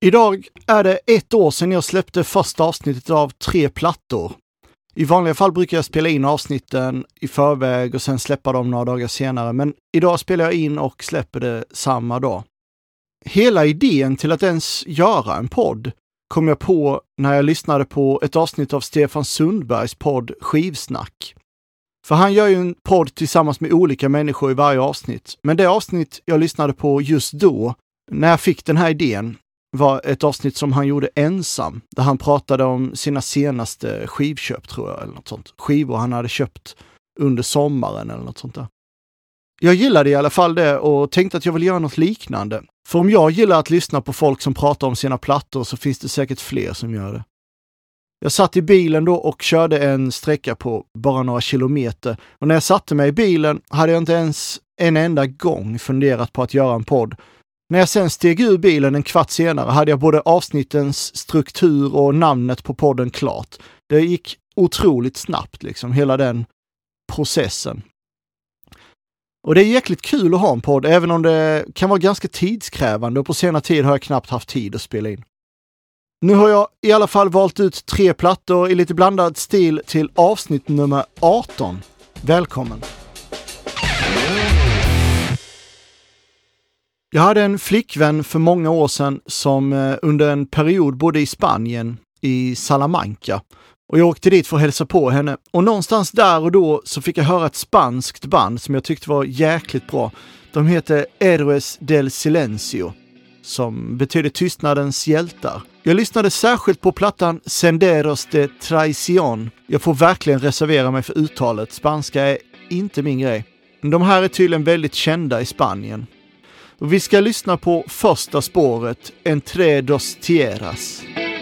Idag är det 1 år sedan jag släppte första avsnittet av 3 plattor. I vanliga fall brukar jag spela in avsnitten i förväg och sen släppa dem några dagar senare, men idag spelar jag in och släpper det samma dag. Hela idén till att ens göra en podd kom jag på när jag lyssnade på ett avsnitt av Stefan Sundbergs podd Skivsnack. För han gör ju en podd tillsammans med olika människor i varje avsnitt, men det avsnitt jag lyssnade på just då, när jag fick den här idén, var ett avsnitt som han gjorde ensam, där han pratade om sina senaste skivköp, tror jag, eller något sånt. Skivor han hade köpt under sommaren eller något sånt där. Jag gillade i alla fall det och tänkte att jag vill göra något liknande. För om jag gillar att lyssna på folk som pratar om sina plattor så finns det säkert fler som gör det. Jag satt i bilen då och körde en sträcka på bara några kilometer. Och när jag satte mig i bilen hade jag inte ens en enda gång funderat på att göra en podd. När jag sen steg ur bilen en kvart senare hade jag både avsnittens struktur och namnet på podden klart. Det gick otroligt snabbt liksom, hela den processen. Och det är jäkligt kul att ha en podd, även om det kan vara ganska tidskrävande och på senare tid har jag knappt haft tid att spela in. Nu har jag i alla fall valt ut 3 plattor i lite blandad stil till avsnitt nummer 18. Välkommen! Jag hade en flickvän för många år sedan som under en period bodde i Spanien, i Salamanca. Och jag åkte dit för att hälsa på henne. Och någonstans där och då så fick jag höra ett spanskt band som jag tyckte var jäkligt bra. De heter Héroes del Silencio, som betyder tystnadens hjältar. Jag lyssnade särskilt på plattan Senderos de Traición. Jag får verkligen reservera mig för uttalet. Spanska är inte min grej. De här är tydligen väldigt kända i Spanien. Och vi ska lyssna på första spåret, Entre dos Tierras.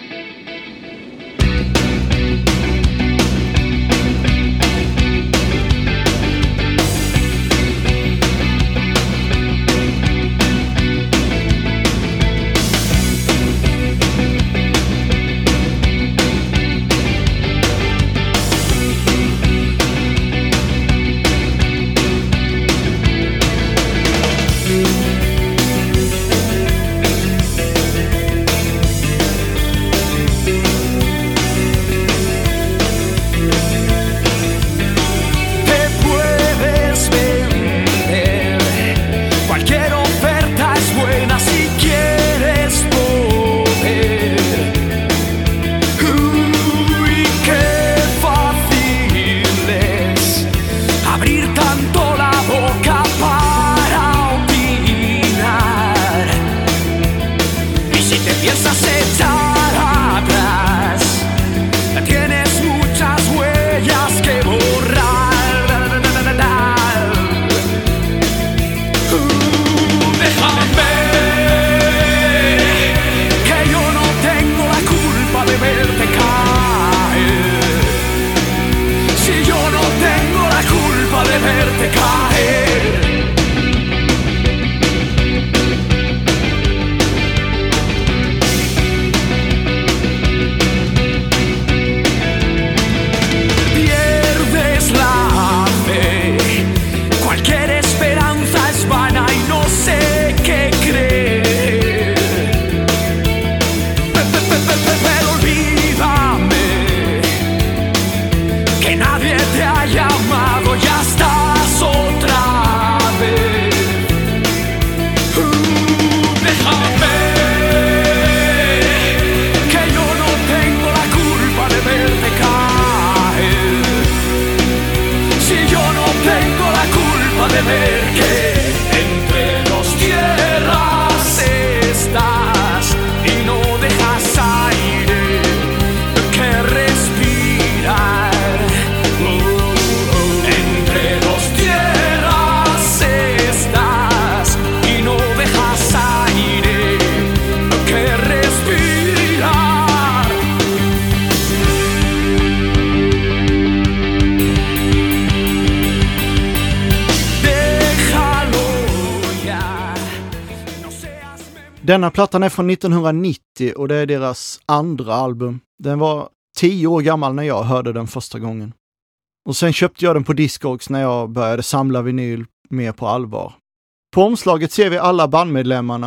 Denna plattan är från 1990 och det är deras andra album. Den var 10 år gammal när jag hörde den första gången. Och sen köpte jag den på Discogs när jag började samla vinyl mer på allvar. På omslaget ser vi alla bandmedlemmarna.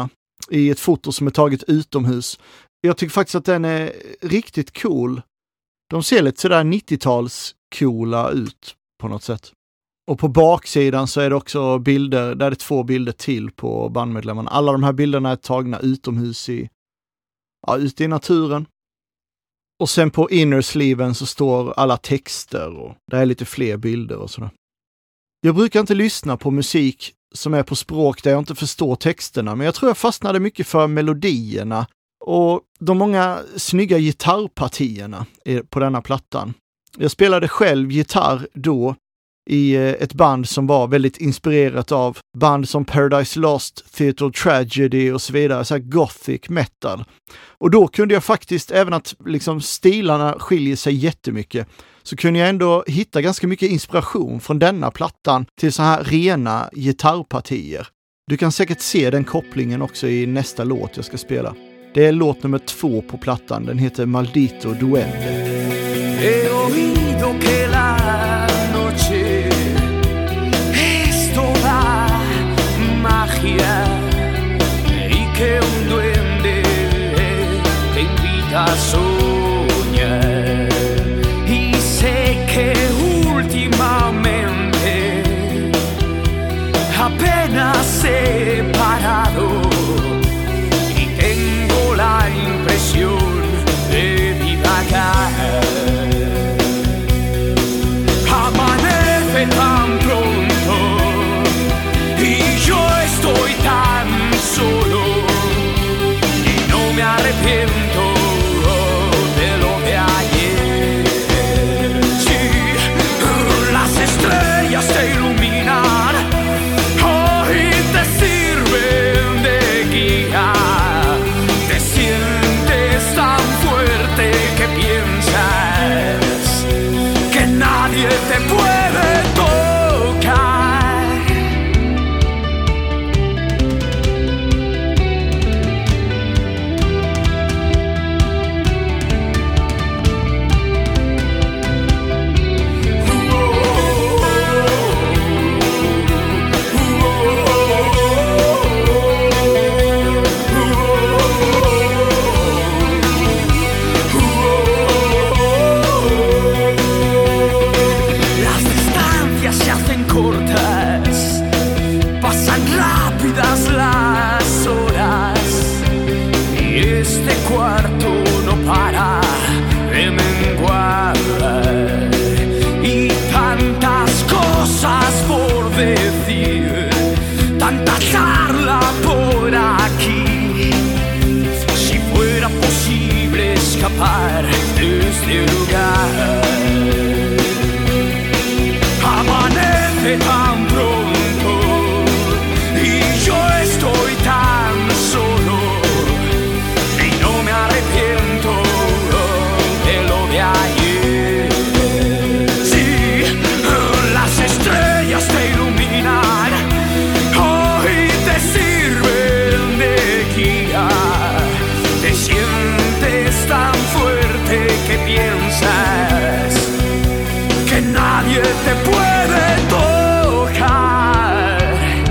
i ett foto som är taget utomhus. Jag tycker faktiskt att den är riktigt cool. De ser lite sådär 90-tals coola ut på något sätt. Och på baksidan så är det också bilder, där är 2 bilder till på bandmedlemmarna. Alla de här bilderna är tagna utomhus ute i naturen. Och sen på innersleeven så står alla texter och det är lite fler bilder och sådär. Jag brukar inte lyssna på musik som är på språk där jag inte förstår texterna, men jag tror jag fastnade mycket för melodierna och de många snygga gitarrpartierna på denna plattan. Jag spelade själv gitarr då i ett band som var väldigt inspirerat av band som Paradise Lost, Theatre of Tragedy och så vidare, så här gothic metal. Och då kunde jag faktiskt, även att liksom stilarna skiljer sig jättemycket, så kunde jag ändå hitta ganska mycket inspiration från denna plattan till så här rena gitarrpartier. Du kan säkert se den kopplingen också i nästa låt jag ska spela. Det är låt nummer 2 på plattan, den heter Maldito Duende. He oído que la noche es toda magia y que un duende te invita a soñar y sé que últimamente apenas separado y tengo la impresión de divagar. Amanece tan pronto y yo estoy tan solo y no me arrepiento de lo de ayer. Sí, las estrellas te iluminan hoy te sirven de guía. Te sientes tan fuerte que piensas que nadie te puede tocar. Las distancias se hacen cortas, pasan rápidas las horas y este cuarto no para de menguar y tantas cosas por decir, tanta charla por aquí. Si fuera posible escapar de este lugar. Amanece tan pronto y yo estoy tan solo y no me arrepiento de lo de ayer. Sí, las estrellas te iluminan, hoy te sirven de guía. Te sientes tan fuerte que piensas que nadie te puede tocar.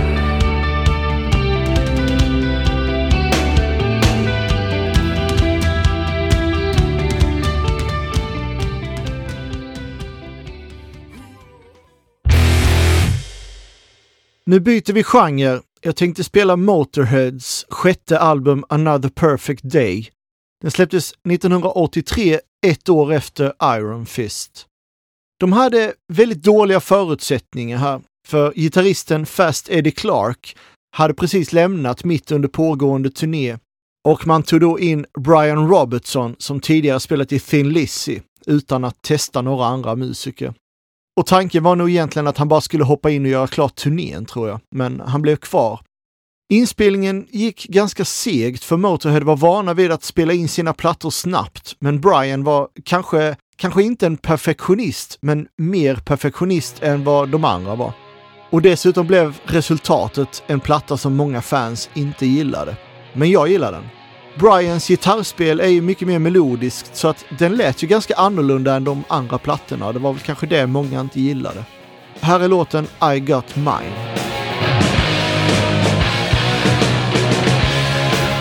Nu byter vi genre. Jag tänkte spela Motorheads 6:e album Another Perfect Day. Den släpptes 1983, ett år efter Iron Fist. De hade väldigt dåliga förutsättningar här, för gitarristen Fast Eddie Clarke hade precis lämnat mitt under pågående turné och man tog då in Brian Robertson som tidigare spelat i Thin Lizzy utan att testa några andra musiker. Och tanken var nog egentligen att han bara skulle hoppa in och göra klart turnén, tror jag, men han blev kvar. Inspelningen gick ganska segt, för Motorhead var vana vid att spela in sina plattor snabbt, men Brian var kanske inte en perfektionist, men mer perfektionist än vad de andra var. Och dessutom blev resultatet en platta som många fans inte gillade. Men jag gillar den. Brians gitarrspel är ju mycket mer melodiskt, så att den lät ju ganska annorlunda än de andra plattorna. Det var väl kanske det många inte gillade. Här är låten I Got Mine.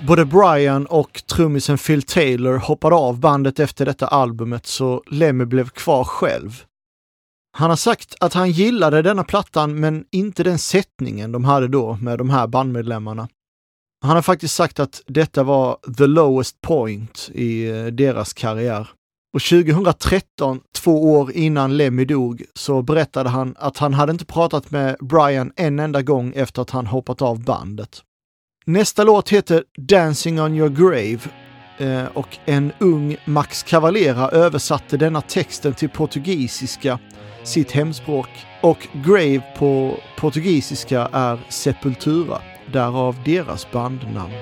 både Brian och trummisen Phil Taylor hoppade av bandet efter detta albumet, så Lemmy blev kvar själv. Han har sagt att han gillade denna plattan men inte den sättningen de hade då med de här bandmedlemmarna. Han har faktiskt sagt att detta var the lowest point i deras karriär. Och 2013, 2 år innan Lemmy dog, så berättade han att han hade inte pratat med Brian en enda gång efter att han hoppat av bandet. Nästa låt heter Dancing on your grave och en ung Max Cavalera översatte denna texten till portugisiska, sitt hemspråk. Och grave på portugisiska är sepultura, därav deras bandnamn.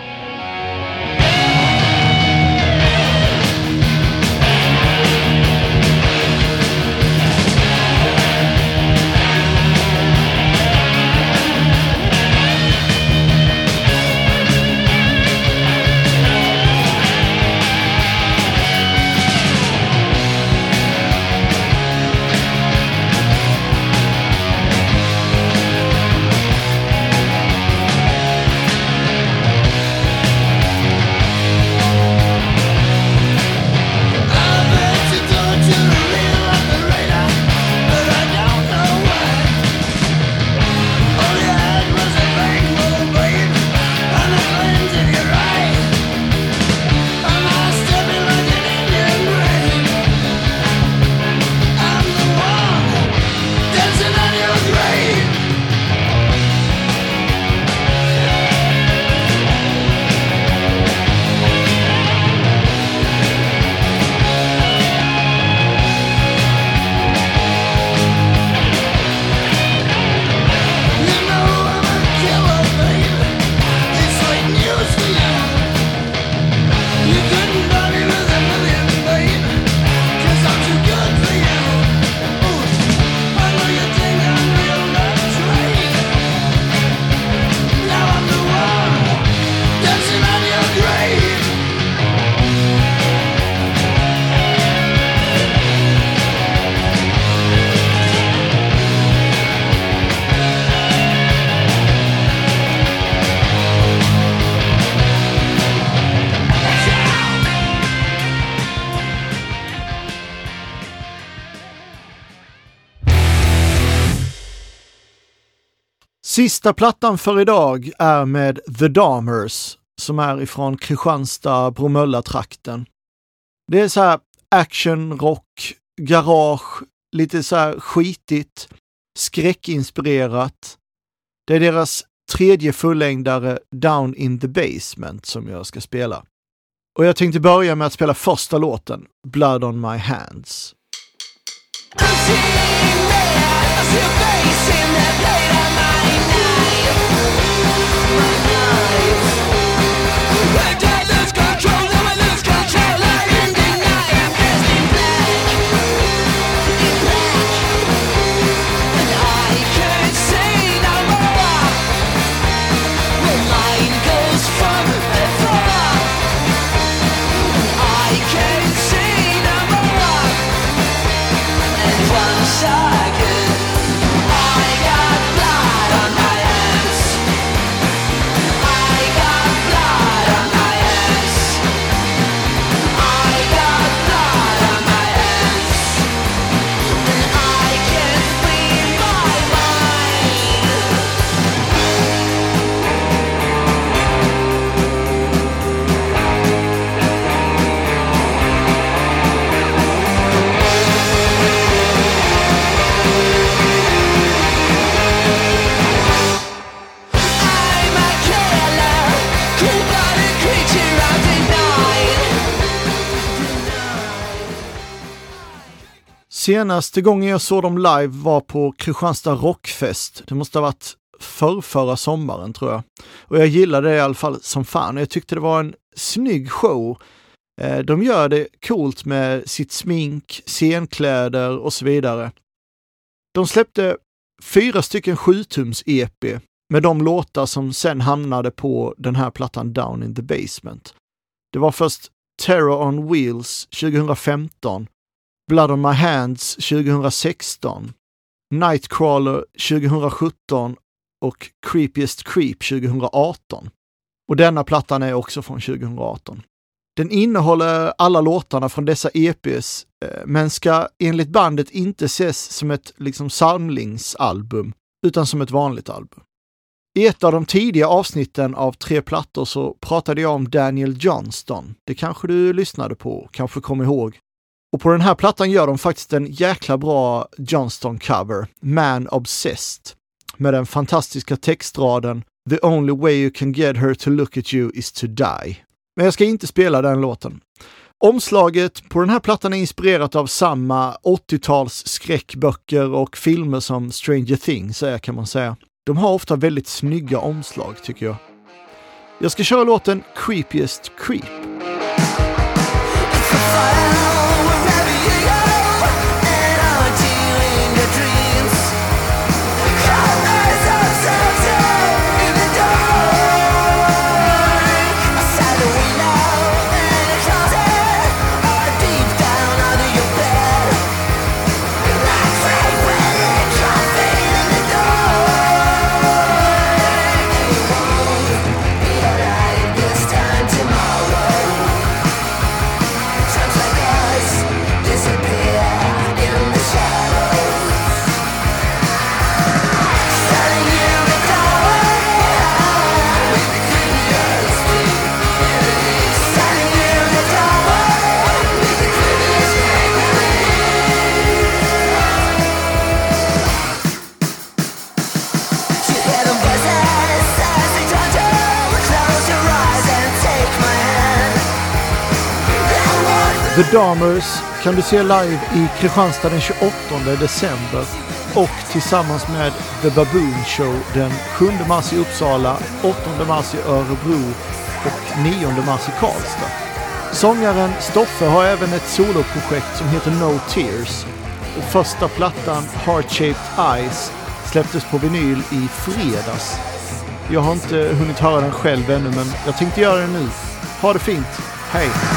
Sista plattan för idag är med The Dahmers, som är ifrån Kristianstad-Bromölla-trakten. Det är så här action, rock, garage, lite så här skitigt, skräckinspirerat. Det är deras 3:e fullängdare Down in the Basement som jag ska spela. Och jag tänkte börja med att spela första låten, Blood on my hands. Senaste gången jag såg dem live var på Kristianstad Rockfest. Det måste ha varit förra sommaren tror jag. Och jag gillade det i alla fall som fan. Jag tyckte det var en snygg show. De gör det coolt med sitt smink, scenkläder och så vidare. De släppte 4 stycken 7-tums EP med de låtar som sen hamnade på den här plattan Down in the Basement. Det var först Terror on Wheels 2015, Blood on my hands 2016, Nightcrawler 2017 och Creepiest Creep 2018. Och denna plattan är också från 2018. Den innehåller alla låtarna från dessa EPs, men ska enligt bandet inte ses som ett samlingsalbum, utan som ett vanligt album. I ett av de tidiga avsnitten av 3 plattor så pratade jag om Daniel Johnston. Det kanske du lyssnade på, kanske kommer ihåg. Och på den här plattan gör de faktiskt en jäkla bra Johnston-cover, Man Obsessed, med den fantastiska textraden The only way you can get her to look at you is to die. Men jag ska inte spela den låten. Omslaget på den här plattan är inspirerat av samma 80-tals skräckböcker och filmer som Stranger Things är, kan man säga. De har ofta väldigt snygga omslag, tycker jag. Jag ska köra låten Creepiest Creep. The Dahmers kan du se live i Kristianstad den 28 december och tillsammans med The Baboon Show den 7 mars i Uppsala, 8 mars i Örebro och 9 mars i Karlstad. Sångaren Stoffe har även ett soloprojekt som heter No Tears och första plattan Heart Shaped Eyes släpptes på vinyl i fredags. Jag har inte hunnit höra den själv ännu, men jag tänkte göra det nu. Ha det fint, hej!